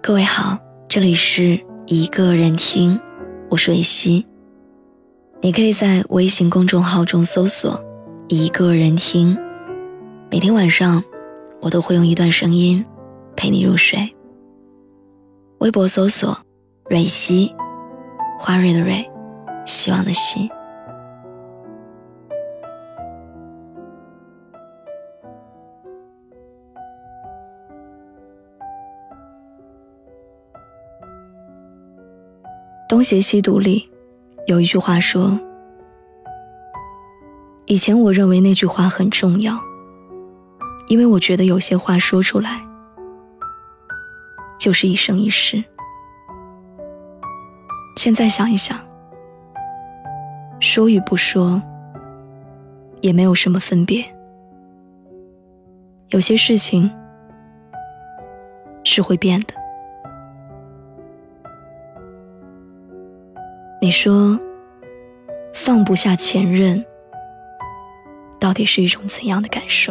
各位好，这里是一个人听，我是维希。你可以在微信公众号中搜索一个人听，每天晚上我都会用一段声音陪你入睡。微博搜索蕊希，花蕊的蕊，希望的希。东邪西毒里有一句话说，以前我认为那句话很重要，因为我觉得有些话说出来就是一生一世。现在想一想，说与不说也没有什么分别。有些事情是会变的。你说放不下前任到底是一种怎样的感受？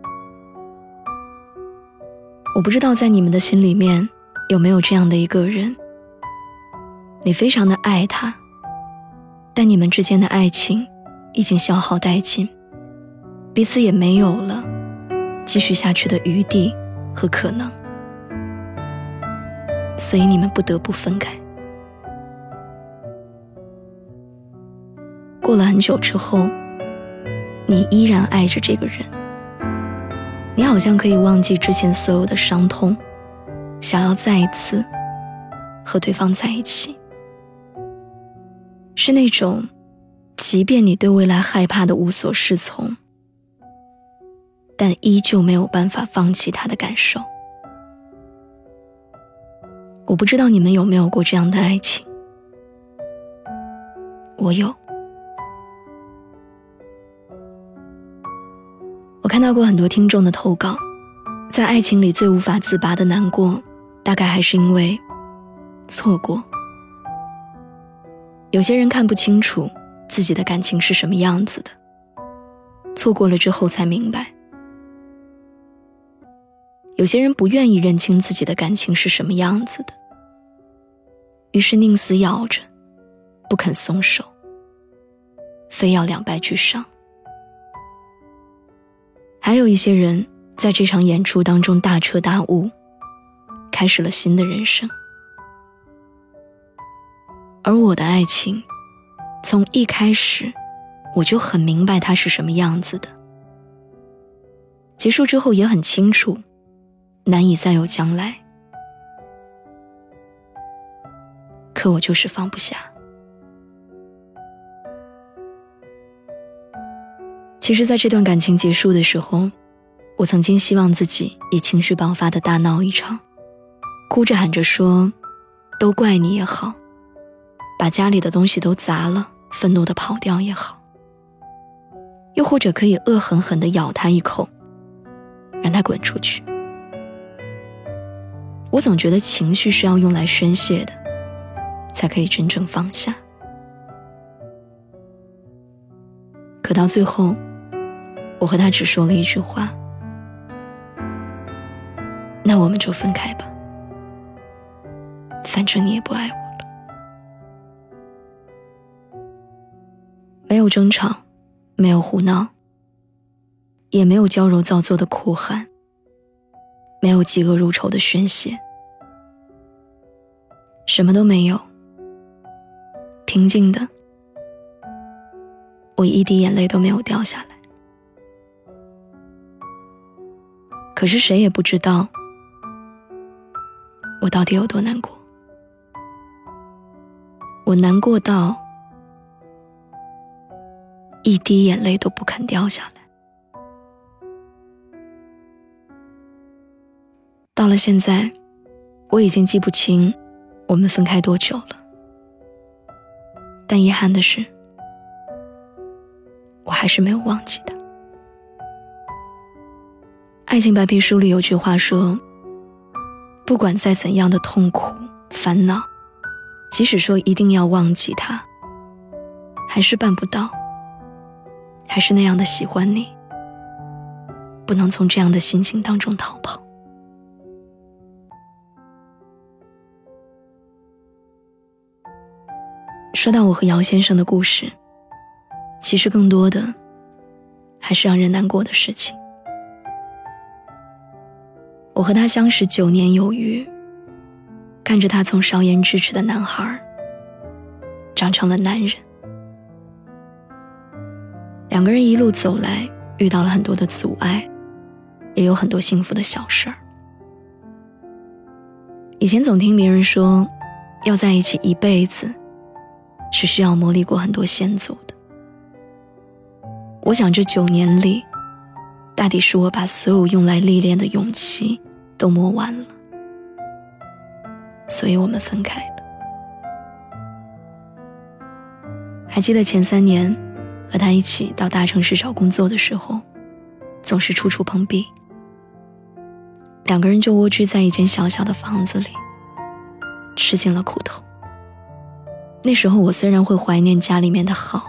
我不知道在你们的心里面有没有这样的一个人，你非常的爱他，但你们之间的爱情已经消耗殆尽，彼此也没有了继续下去的余地和可能，所以你们不得不分开。过了很久之后，你依然爱着这个人，你好像可以忘记之前所有的伤痛，想要再一次和对方在一起，是那种即便你对未来害怕的无所适从，但依旧没有办法放弃他的感受。我不知道你们有没有过这样的爱情，我有。我看到过很多听众的投稿，在爱情里最无法自拔的难过，大概还是因为错过。有些人看不清楚自己的感情是什么样子的，错过了之后才明白。有些人不愿意认清自己的感情是什么样子的，于是宁死咬着，不肯松手，非要两败俱伤。还有一些人在这场演出当中大彻大悟，开始了新的人生。而我的爱情，从一开始我就很明白它是什么样子的，结束之后也很清楚，难以再有将来。可我就是放不下。其实在这段感情结束的时候，我曾经希望自己也情绪爆发的大闹一场，哭着喊着说都怪你也好，把家里的东西都砸了，愤怒的跑掉也好，又或者可以恶狠狠地咬他一口，让他滚出去。我总觉得情绪是要用来宣泄的，才可以真正放下。可到最后，我和他只说了一句话，那我们就分开吧，反正你也不爱我了。没有争吵，没有胡闹，也没有娇柔造作的哭喊，没有嫉恶如仇的宣泄，什么都没有。平静的，我一滴眼泪都没有掉下来。可是谁也不知道我到底有多难过。我难过到一滴眼泪都不肯掉下来。到了现在，我已经记不清我们分开多久了，但遗憾的是，我还是没有忘记他。爱情白皮书里有句话说，不管再怎样的痛苦烦恼，即使说一定要忘记他，还是办不到，还是那样的喜欢你，不能从这样的心情当中逃跑。 说到我和姚先生的故事，其实更多的还是让人难过的事情。我和他相识9年有余，看着他从少颜智齿的男孩长成了男人。两个人一路走来，遇到了很多的阻碍，也有很多幸福的小事儿。以前总听别人说，要在一起一辈子，是需要磨砺过很多险阻的。我想这9年里，大抵是我把所有用来历练的勇气都磨完了，所以我们分开了。还记得前3年和他一起到大城市找工作的时候，总是处处碰壁，两个人就蜗居在一间小小的房子里，吃尽了苦头。那时候我虽然会怀念家里面的好，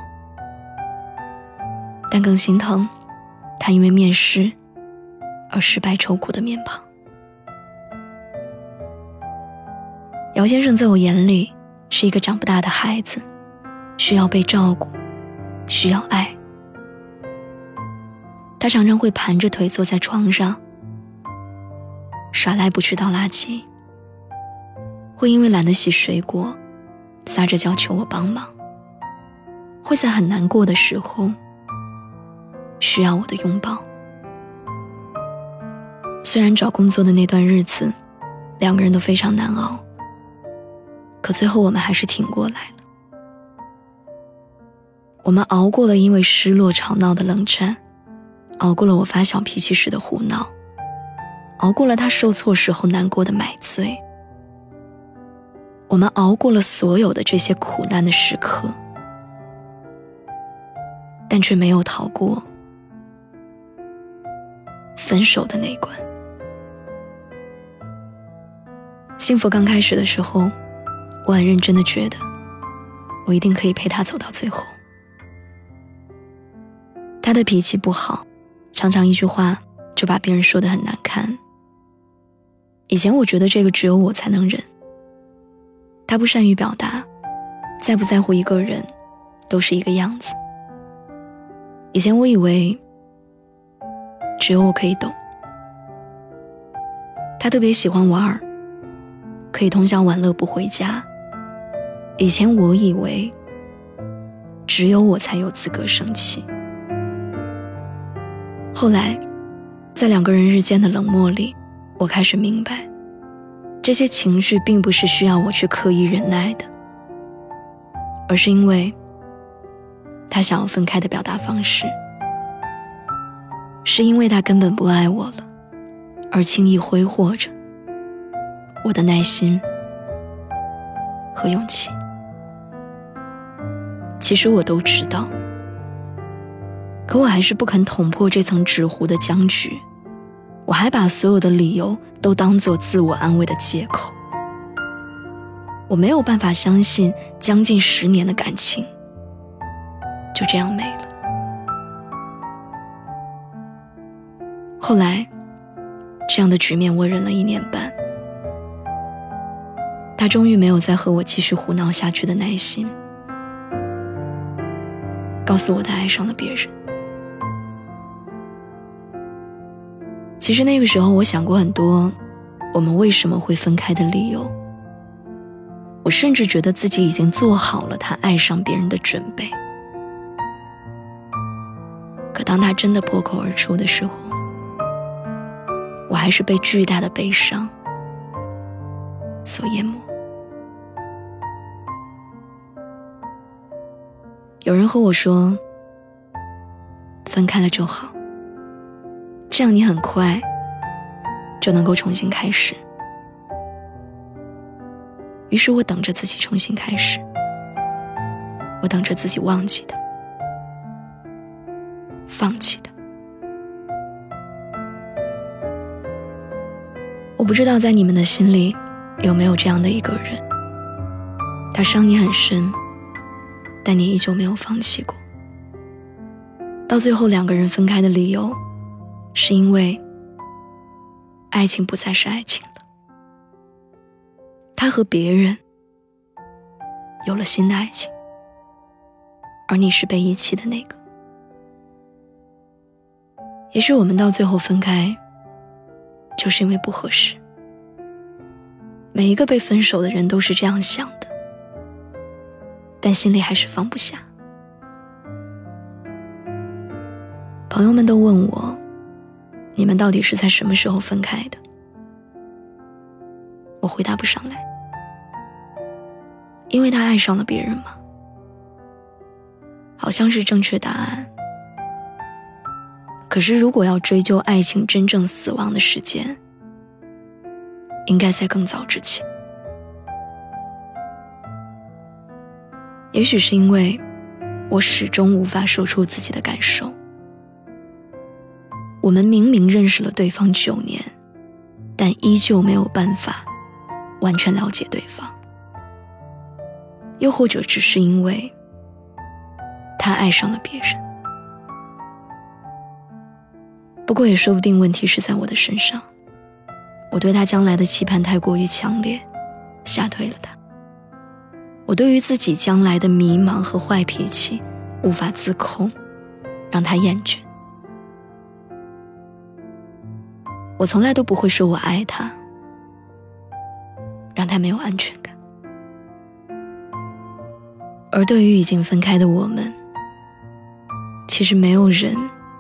但更心疼他因为面试而失败愁苦的面庞。姚先生在我眼里是一个长不大的孩子，需要被照顾，需要爱。他常常会盘着腿坐在床上，耍赖不去倒垃圾，会因为懒得洗水果撒着娇求我帮忙，会在很难过的时候需要我的拥抱。虽然找工作的那段日子两个人都非常难熬，可最后我们还是挺过来了。我们熬过了因为失落吵闹的冷战，熬过了我发小脾气时的胡闹，熬过了他受挫时候难过的买醉。我们熬过了所有的这些苦难的时刻，但却没有逃过分手的那一关。幸福刚开始的时候，我很认真地觉得我一定可以陪他走到最后。他的脾气不好，常常一句话就把别人说得很难看。以前我觉得这个只有我才能忍。他不善于表达，在不在乎一个人都是一个样子。以前我以为只有我可以懂。他特别喜欢玩，可以通宵玩乐不回家。以前我以为只有我才有资格生气。后来在两个人日间的冷漠里，我开始明白，这些情绪并不是需要我去刻意忍耐的，而是因为他想要分开的表达方式，是因为他根本不爱我了，而轻易挥霍着我的耐心和勇气。其实我都知道，可我还是不肯捅破这层纸糊的僵局，我还把所有的理由都当作自我安慰的借口。我没有办法相信将近10年的感情就这样没了。后来这样的局面我忍了1年半，他终于没有再和我继续胡闹下去的耐心，告诉我他爱上了别人。其实那个时候我想过很多我们为什么会分开的理由，我甚至觉得自己已经做好了他爱上别人的准备。可当他真的破口而出的时候，我还是被巨大的悲伤所淹没。有人和我说，分开了就好，这样你很快就能够重新开始。于是我等着自己重新开始，我等着自己忘记的，放弃的。我不知道在你们的心里有没有这样的一个人，他伤你很深，但你依旧没有放弃过。到最后两个人分开的理由，是因为爱情不再是爱情了，他和别人有了新的爱情。 而你是被遗弃的那个。也许我们到最后分开，就是因为不合适。每一个被分手的人都是这样想的，但心里还是放不下。朋友们都问我，你们到底是在什么时候分开的？我回答不上来，因为他爱上了别人嘛，好像是正确答案。可是如果要追究爱情真正死亡的时间，应该在更早之前。也许是因为我始终无法说出自己的感受。我们明明认识了对方9年，但依旧没有办法完全了解对方。又或者只是因为他爱上了别人。不过也说不定问题是在我的身上，我对他将来的期盼太过于强烈，吓退了他。我对于自己将来的迷茫和坏脾气无法自控，让他厌倦。我从来都不会说我爱他，让他没有安全感。而对于已经分开的我们，其实没有人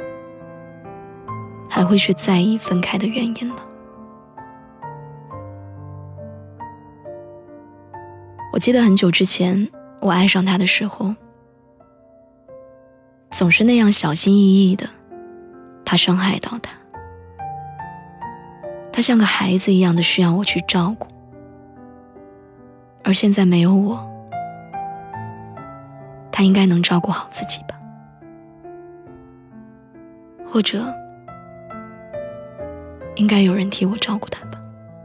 还会去在意分开的原因了。我记得很久之前，我爱上他的时候，总是那样小心翼翼的，怕伤害到他。他像个孩子一样的需要我去照顾，而现在没有我，他应该能照顾好自己吧。或者应该有人替我照顾他吧。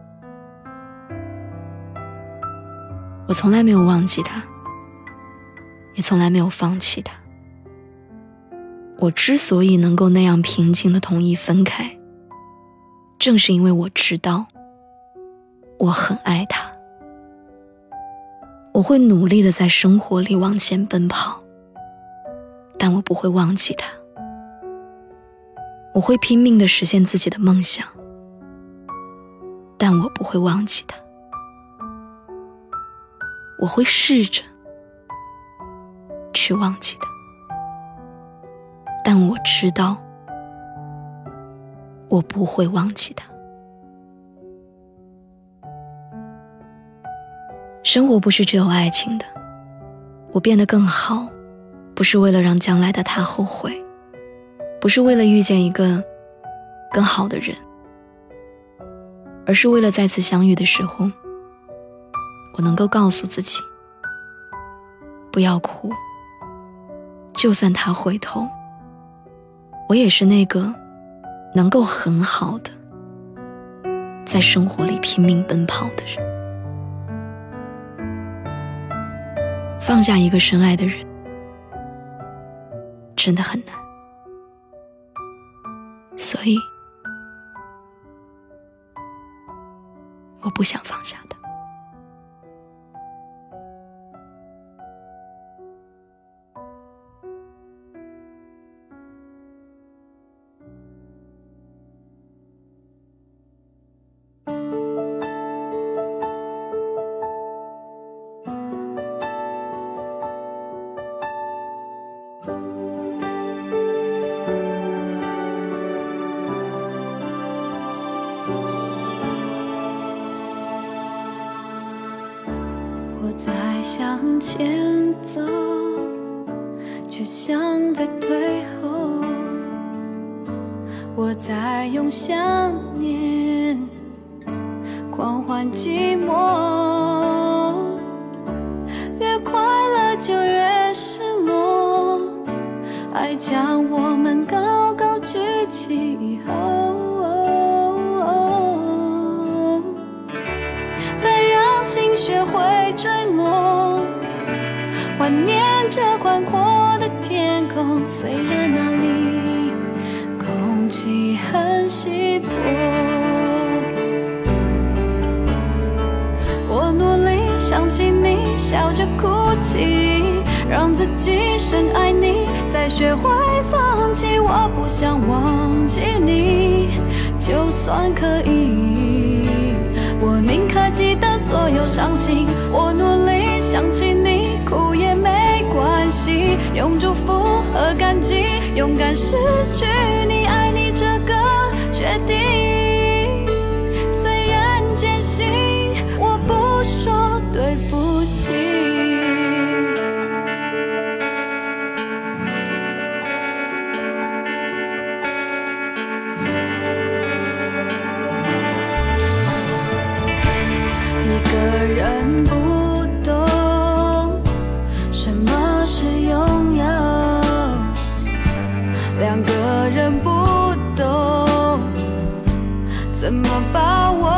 我从来没有忘记他，也从来没有放弃他。我之所以能够那样平静地同意分开，正是因为我知道我很爱他。我会努力地在生活里往前奔跑，但我不会忘记他。我会拼命地实现自己的梦想，但我不会忘记他。我会试着去忘记他，但我知道我不会忘记他。生活不是只有爱情的，我变得更好，不是为了让将来的他后悔，不是为了遇见一个更好的人，而是为了再次相遇的时候，我能够告诉自己，不要哭，就算他回头，我也是那个能够很好的在生活里拼命奔跑的人。放下一个深爱的人真的很难，所以我不想放下他。 我在向前走，却像在退后。我在用想念狂欢寂寞，越快乐就越失落，爱将我们高高举起以后，再让心学会坠落，怀念着宽阔的天空，虽然那里空气很稀薄。我努力想起你笑着哭泣， 让自己深爱你，再学会放弃。我不想忘记你，就算可以，我宁可记得所有伤心。我努力想起你，哭也没关系，用祝福和感激勇敢失去你，爱你这个决定。虽然艰辛，我不说对不起。一个人不懂什么是拥有，两个人不懂怎么把握，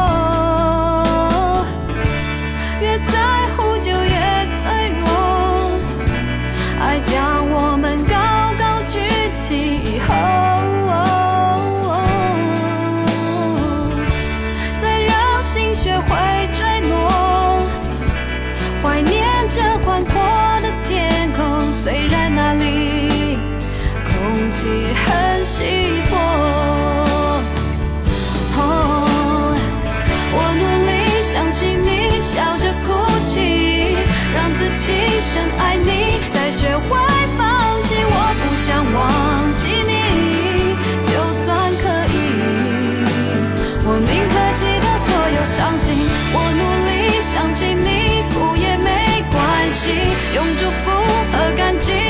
越在乎就越脆弱，爱将我们高高举起以后，再让心学会坠落，怀念着宽阔的天空，虽然那里空气很稀薄。我努力想起你，笑着哭泣，让自己深爱你，再学会放弃。我不想忘记你，就算可以，我宁可记得所有伤心。我努力想起你，哭也没关系，用祝福和感激